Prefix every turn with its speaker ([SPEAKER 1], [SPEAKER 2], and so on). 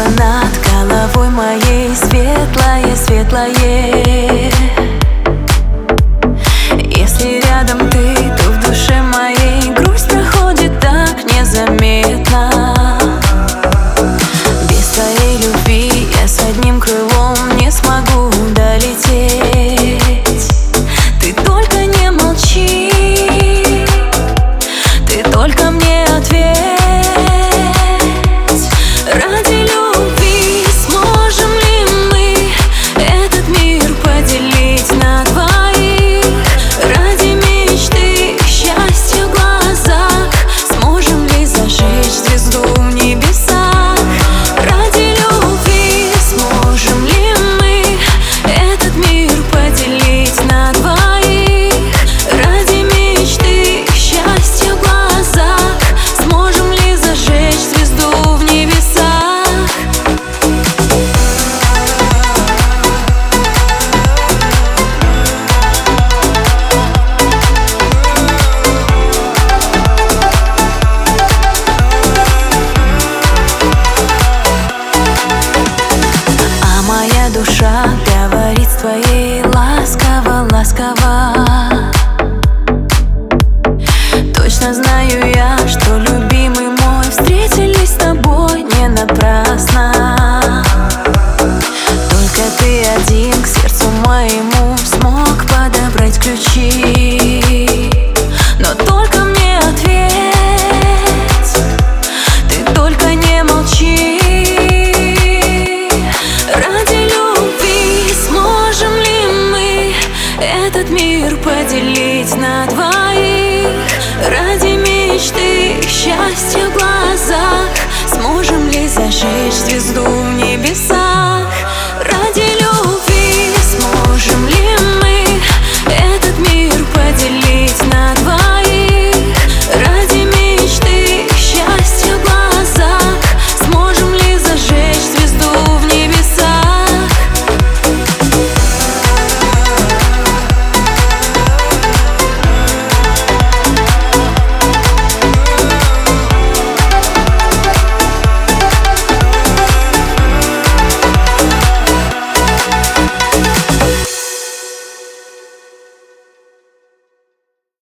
[SPEAKER 1] над головой моей светлое, светлое. Если рядом ты, то в душе моей грусть проходит так незаметно. Без твоей любви я с одним крылом не смогу долететь. Ты только не молчи, ты только мне ответь. Ради любви сможем ли мы этот мир поделить на двоих? Ради мечты, счастья в глазах сможем ли зажечь звезду в небесах? Ради любви сможем ли мы этот мир поделить на двоих? Ради мечты, счастья в глазах сможем ли зажечь звезду в небесах? А моя душа говорит с твоей ласково, ласково. Точно знаю я, что, любимый мой, встретились с тобой не напрасно. Только ты один к сердцу моему смог подобрать ключи. Но только мне ответь, ты только не молчи. Ради любви сможем ли мы этот мир поделить на двоих? Ради мечты, счастья в глазах сможем ли зажечь звезду в небесах? Ради любви